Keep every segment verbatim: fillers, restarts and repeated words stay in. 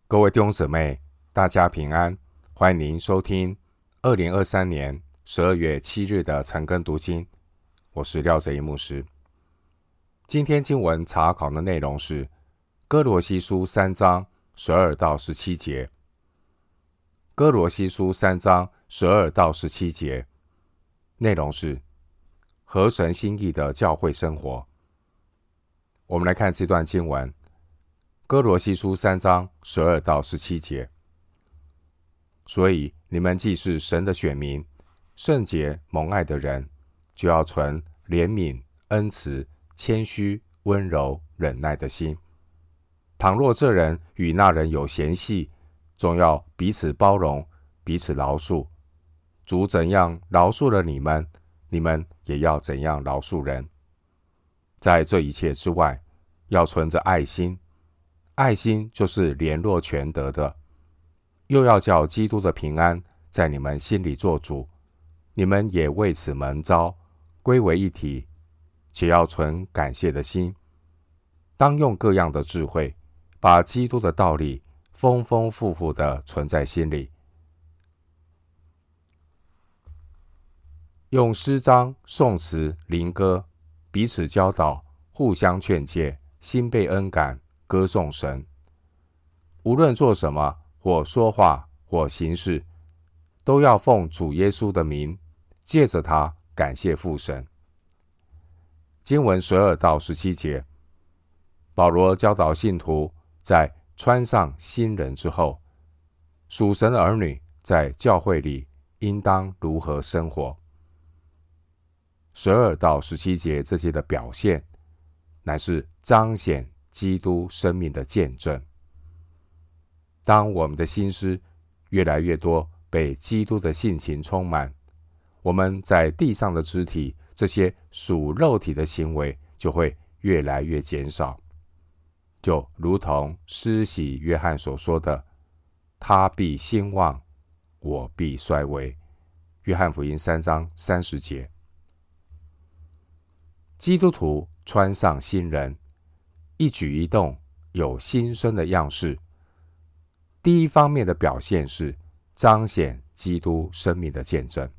各位弟兄姊妹，大家平安，欢迎您收听二零二三年十二月七日的晨更读经。我是廖哲一牧师。今天经文查考的内容是哥罗西书三章十二到十七节。哥罗西书三章十二到十七节内容是合神心意的教会生活。我们来看这段经文，哥罗西书三章十二到十七节。所以你们既是神的选民，圣洁蒙爱的人，就要存怜悯、恩慈、谦虚、温柔、忍耐的心。倘若这人与那人有嫌隙，总要彼此包容，彼此饶恕。主怎样饶恕了你们，你们也要怎样饶恕人。在这一切之外，要存着爱心，爱心就是联络全德的，又要叫基督的平安在你们心里做主，你们也为此蒙召，归为一体，且要存感谢的心。当用各样的智慧，把基督的道理丰丰富富的存在心里，用诗章、颂词、灵歌彼此教导，互相劝诫，心被恩感，歌颂神。无论做什么，或说话，或行事，都要奉主耶稣的名，借着他感谢父神。经文十二到十七节，保罗教导信徒在穿上新人之后，属神的儿女在教会里应当如何生活。十二到十七节这些的表现，乃是彰显基督生命的见证。当我们的心思越来越多被基督的性情充满，我们在地上的肢体，这些属肉体的行为就会越来越减少。就如同施洗约翰所说的，他必兴旺，我必衰微。约翰福音三章三十节。基督徒穿上新人，一举一动有新生的样式。第一方面的表现是彰显基督生命的见证。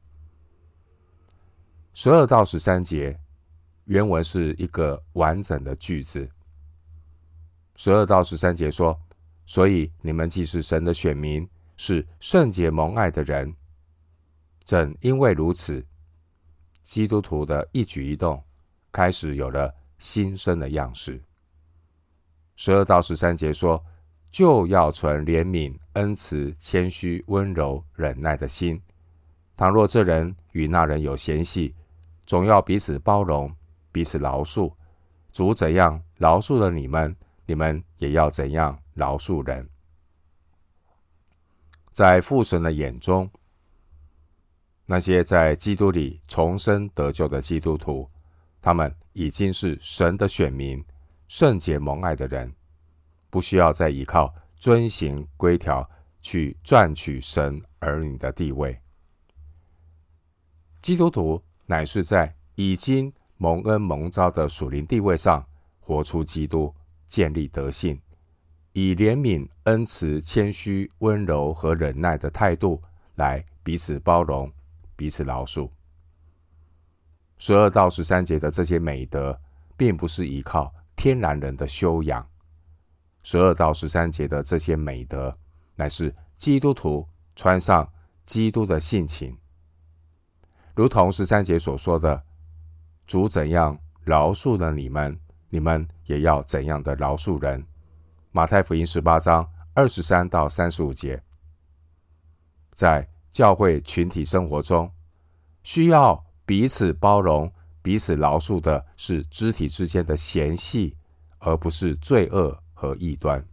十二到十三节原文是一个完整的句子。十二到十三节说，所以你们既是神的选民，是圣洁蒙爱的人。正因为如此，基督徒的一举一动开始有了新生的样式。十二到十三节说，就要存怜悯、恩慈、谦虚、温柔、忍耐的心。倘若这人与那人有嫌隙，总要彼此包容，彼此饶恕。主怎样饶恕了你们，你们也要怎样饶恕人。在父神的眼中，那些在基督里重生得救的基督徒，他们已经是神的选民，圣洁蒙爱的人，不需要再依靠遵行规条去赚取神儿女的地位。基督徒乃是在已经蒙恩蒙召的属灵地位上活出基督，建立德性，以怜悯、恩慈、谦虚、温柔和忍耐的态度来彼此包容，彼此饶恕。十二到十三节的这些美德，并不是依靠天然人的修养。十二到十三节的这些美德，乃是基督徒穿上基督的性情。如同十三节所说的，主怎样饶恕了你们，你们也要怎样的饶恕人。马太福音十八章二十三到三十五节。在教会群体生活中，需要彼此包容、彼此饶恕的是肢体之间的嫌隙，而不是罪恶和异端。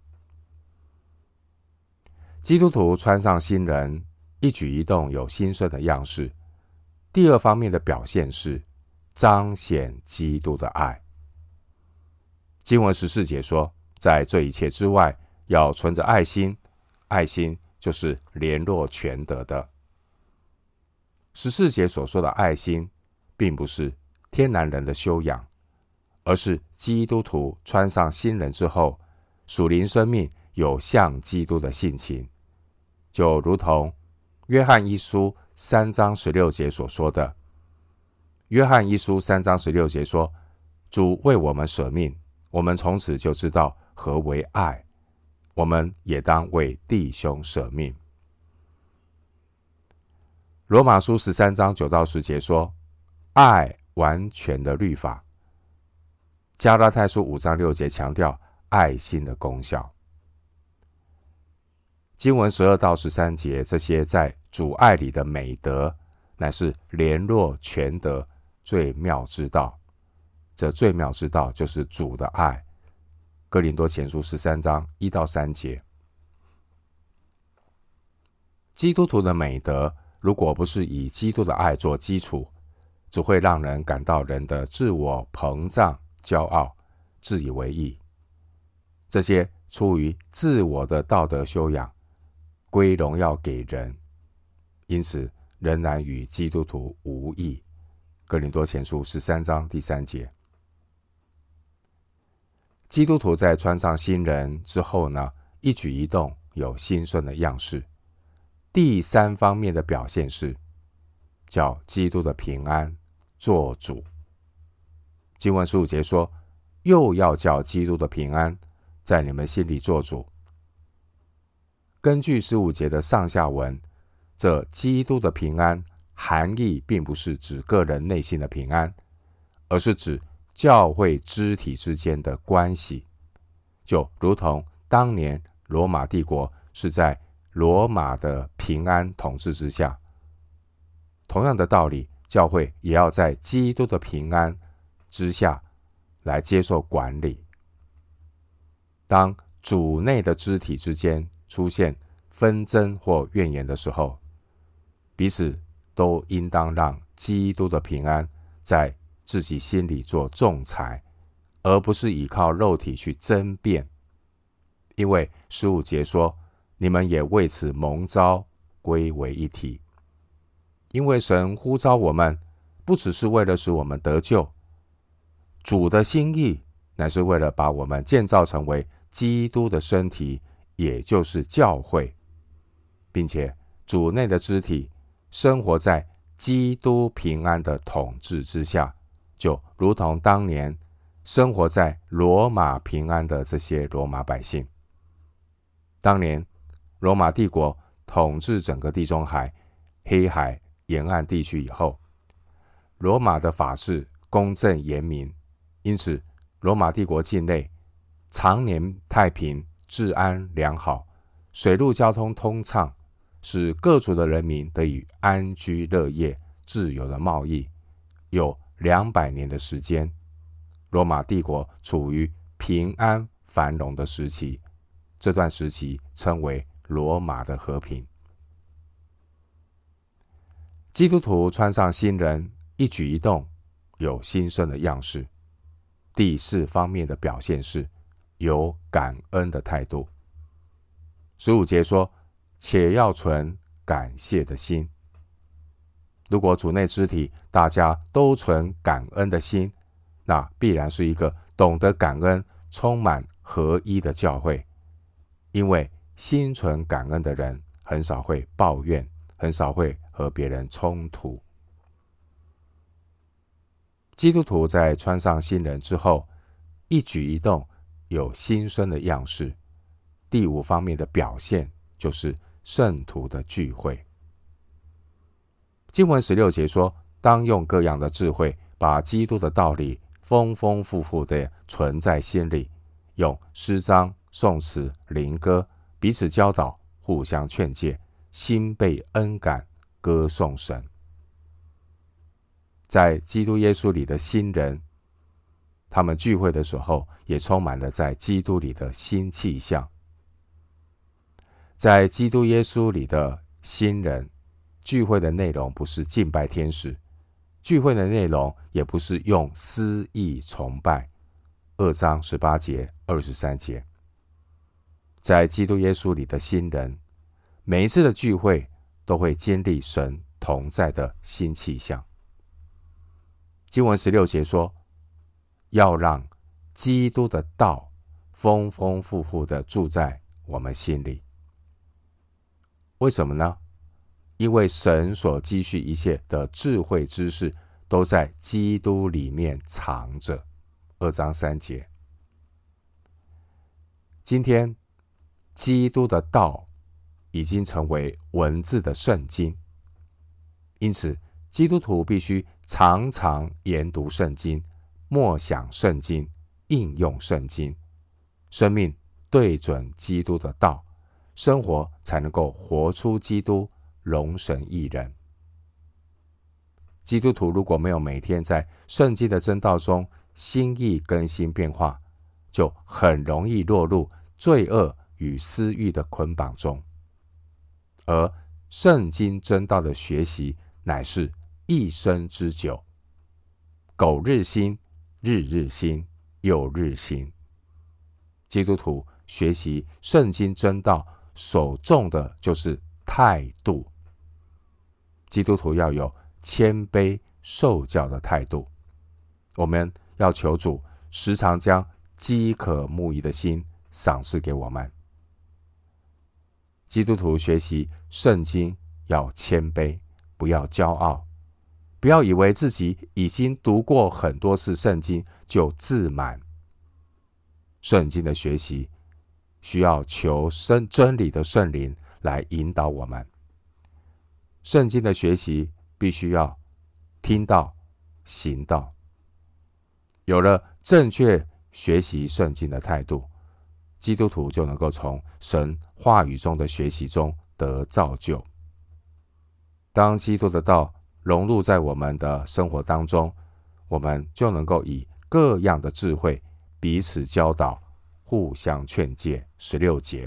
基督徒穿上新人，一举一动有新生的样式。第二方面的表现是彰显基督的爱。经文十四节说，在这一切之外，要存着爱心，爱心就是联络全德的。十四节所说的爱心，并不是天然人的修养，而是基督徒穿上新人之后，属灵生命有像基督的性情，就如同约翰一书三章十六节所说的。约翰一书三章十六节说，主为我们舍命，我们从此就知道何为爱，我们也当为弟兄舍命。罗马书十三章九到十节说，爱完全的律法。加拉太书五章六节强调爱心的功效。经文十二到十三节，这些在主爱里的美德，乃是联络全德最妙之道。这最妙之道就是主的爱。哥林多前书十三章一到三节。基督徒的美德，如果不是以基督的爱做基础，只会让人感到人的自我膨胀、骄傲、自以为意。这些出于自我的道德修养，归荣耀给人，因此仍然与基督徒无异。哥林多前书十三章第三节。基督徒在穿上新人之后呢，一举一动有兴顺的样式。第三方面的表现是，叫基督的平安做主。经文十五节说，又要叫基督的平安在你们心里做主。根据十五节的上下文，这基督的平安含义并不是指个人内心的平安，而是指教会肢体之间的关系，就如同当年罗马帝国是在罗马的平安统治之下，同样的道理，教会也要在基督的平安之下来接受管理。当主内的肢体之间出现纷争或怨言的时候，彼此都应当让基督的平安在自己心里做仲裁，而不是依靠肉体去争辩。因为十五节说，你们也为此蒙召归为一体。因为神呼召我们，不只是为了使我们得救，主的心意乃是为了把我们建造成为基督的身体，也就是教会，并且主内的肢体生活在基督平安的统治之下，就如同当年生活在罗马平安的这些罗马百姓。当年罗马帝国统治整个地中海、黑海沿岸地区以后，罗马的法治公正严明，因此罗马帝国境内常年太平，治安良好，水陆交通通畅，使各族的人民得以安居乐业、自由的贸易。有两百年的时间，罗马帝国处于平安繁荣的时期，这段时期称为罗马的和平。基督徒穿上新人，一举一动有兴盛的样式。第四方面的表现是有感恩的态度。十五节说，且要存感谢的心。如果主内肢体大家都存感恩的心，那必然是一个懂得感恩、充满合一的教会。因为心存感恩的人很少会抱怨，很少会和别人冲突。基督徒在穿上新人之后，一举一动有新生的样式。第五方面的表现就是圣徒的聚会。经文十六节说，当用各样的智慧，把基督的道理丰丰富富地存在心里，用诗章、颂词、灵歌彼此教导，互相劝诫，心被恩感，歌颂神。在基督耶稣里的新人，他们聚会的时候也充满了在基督里的新气象。在基督耶稣里的新人，聚会的内容不是敬拜天使，聚会的内容也不是用私意崇拜。二章十八节、二十三节。在基督耶稣里的新人，每一次的聚会都会经历神同在的新气象。经文十六节说，要让基督的道丰丰富富的住在我们心里。为什么呢？因为神所积蓄一切的智慧知识，都在基督里面藏着。二章三节。今天，基督的道已经成为文字的圣经，因此基督徒必须常常研读圣经，默想圣经，应用圣经，生命对准基督的道，生活才能够活出基督，荣神益人。基督徒如果没有每天在圣经的真道中心意更新变化，就很容易落入罪恶与私欲的捆绑中。而圣经真道的学习乃是一生之久，苟日新，日日新，又日新。基督徒学习圣经真道所重的就是态度。基督徒要有谦卑受教的态度。我们要求主时常将饥渴慕义的心赏赐给我们。基督徒学习圣经要谦卑，不要骄傲，不要以为自己已经读过很多次圣经就自满。圣经的学习需要求生真理的圣灵来引导我们。圣经的学习必须要听到、行道。有了正确学习圣经的态度，基督徒就能够从神话语中的学习中得造就。当基督的道融入在我们的生活当中，我们就能够以各样的智慧彼此教导，互相劝诫。十六节，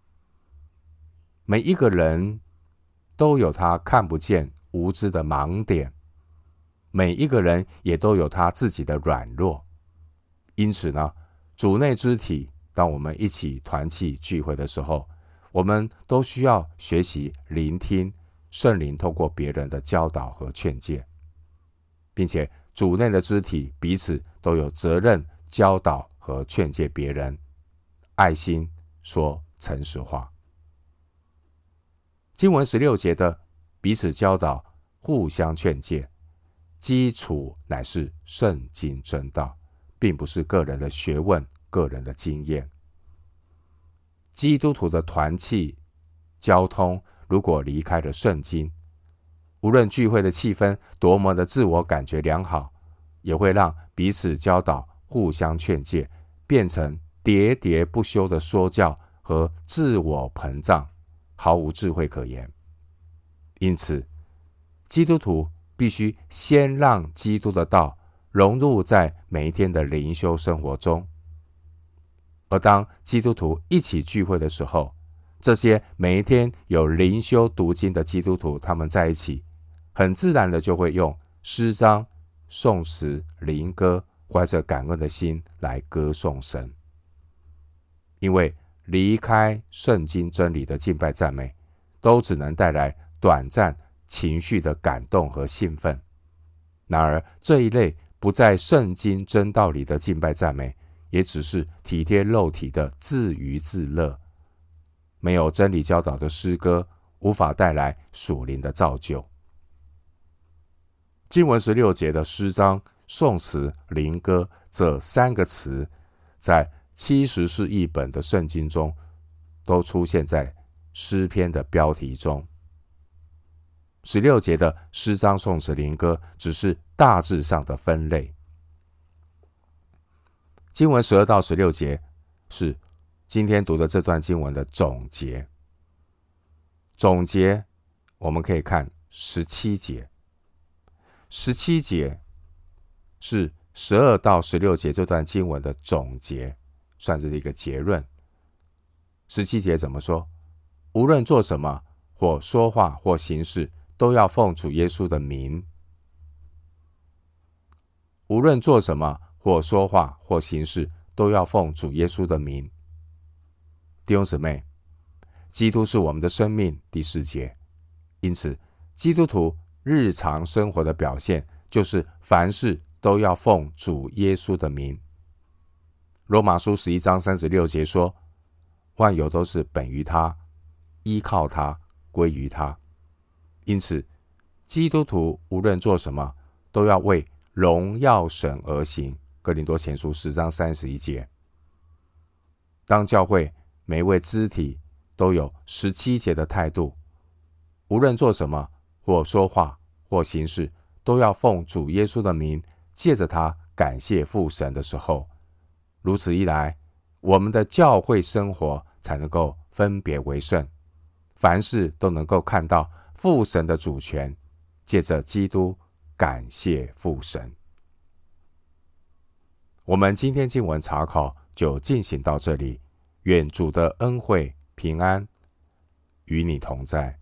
每一个人都有他看不见无知的盲点，每一个人也都有他自己的软弱。因此呢，主内肢体，当我们一起团契聚会的时候，我们都需要学习聆听圣灵透过别人的教导和劝诫，并且主内的肢体彼此都有责任教导和劝诫别人，爱心说诚实话。经文十六节的彼此教导、互相劝诫，基础乃是圣经真道，并不是个人的学问、个人的经验。基督徒的团契、交通，如果离开了圣经，无论聚会的气氛多么的自我感觉良好，也会让彼此教导、互相劝诫变成喋喋不休的说教和自我膨胀，毫无智慧可言。因此，基督徒必须先让基督的道融入在每一天的灵修生活中。而当基督徒一起聚会的时候，这些每一天有灵修读经的基督徒，他们在一起，很自然的就会用诗章、颂词、灵歌，怀着感恩的心来歌颂神。因为离开圣经真理的敬拜赞美，都只能带来短暂情绪的感动和兴奋。然而这一类不在圣经真道里的敬拜赞美，也只是体贴肉体的自娱自乐。没有真理教导的诗歌，无法带来属灵的造就。经文十六节的诗章、颂词、灵歌这三个词，在七十士译本的圣经中，都出现在诗篇的标题中。十六节的诗章、颂词、灵歌只是大致上的分类。经文十二到十六节是今天读的这段经文的总结。总结我们可以看十七节，十七节是十二到十六节这段经文的总结，算是一个结论。十七节怎么说？无论做什么，或说话或行事，都要奉主耶稣的名。无论做什么，或说话或行事，都要奉主耶稣的名。弟兄姊妹，基督是我们的生命。第四节，因此基督徒日常生活的表现，就是凡事都要奉主耶稣的名。罗马书十一章三十六节说， 万有都是本于他，依靠他，归于他。因此，基督徒无论做什么，都要为荣耀神而行。哥林多前书十章三十一节。当教会每一位肢体都有十七节的态度，无论做什么，或说话，或行事，都要奉主耶稣的名，借着他感谢父神的时候，如此一来，我们的教会生活才能够分别为圣，凡事都能够看到父神的主权，借着基督感谢父神。我们今天经文查考就进行到这里，愿主的恩惠平安与你同在。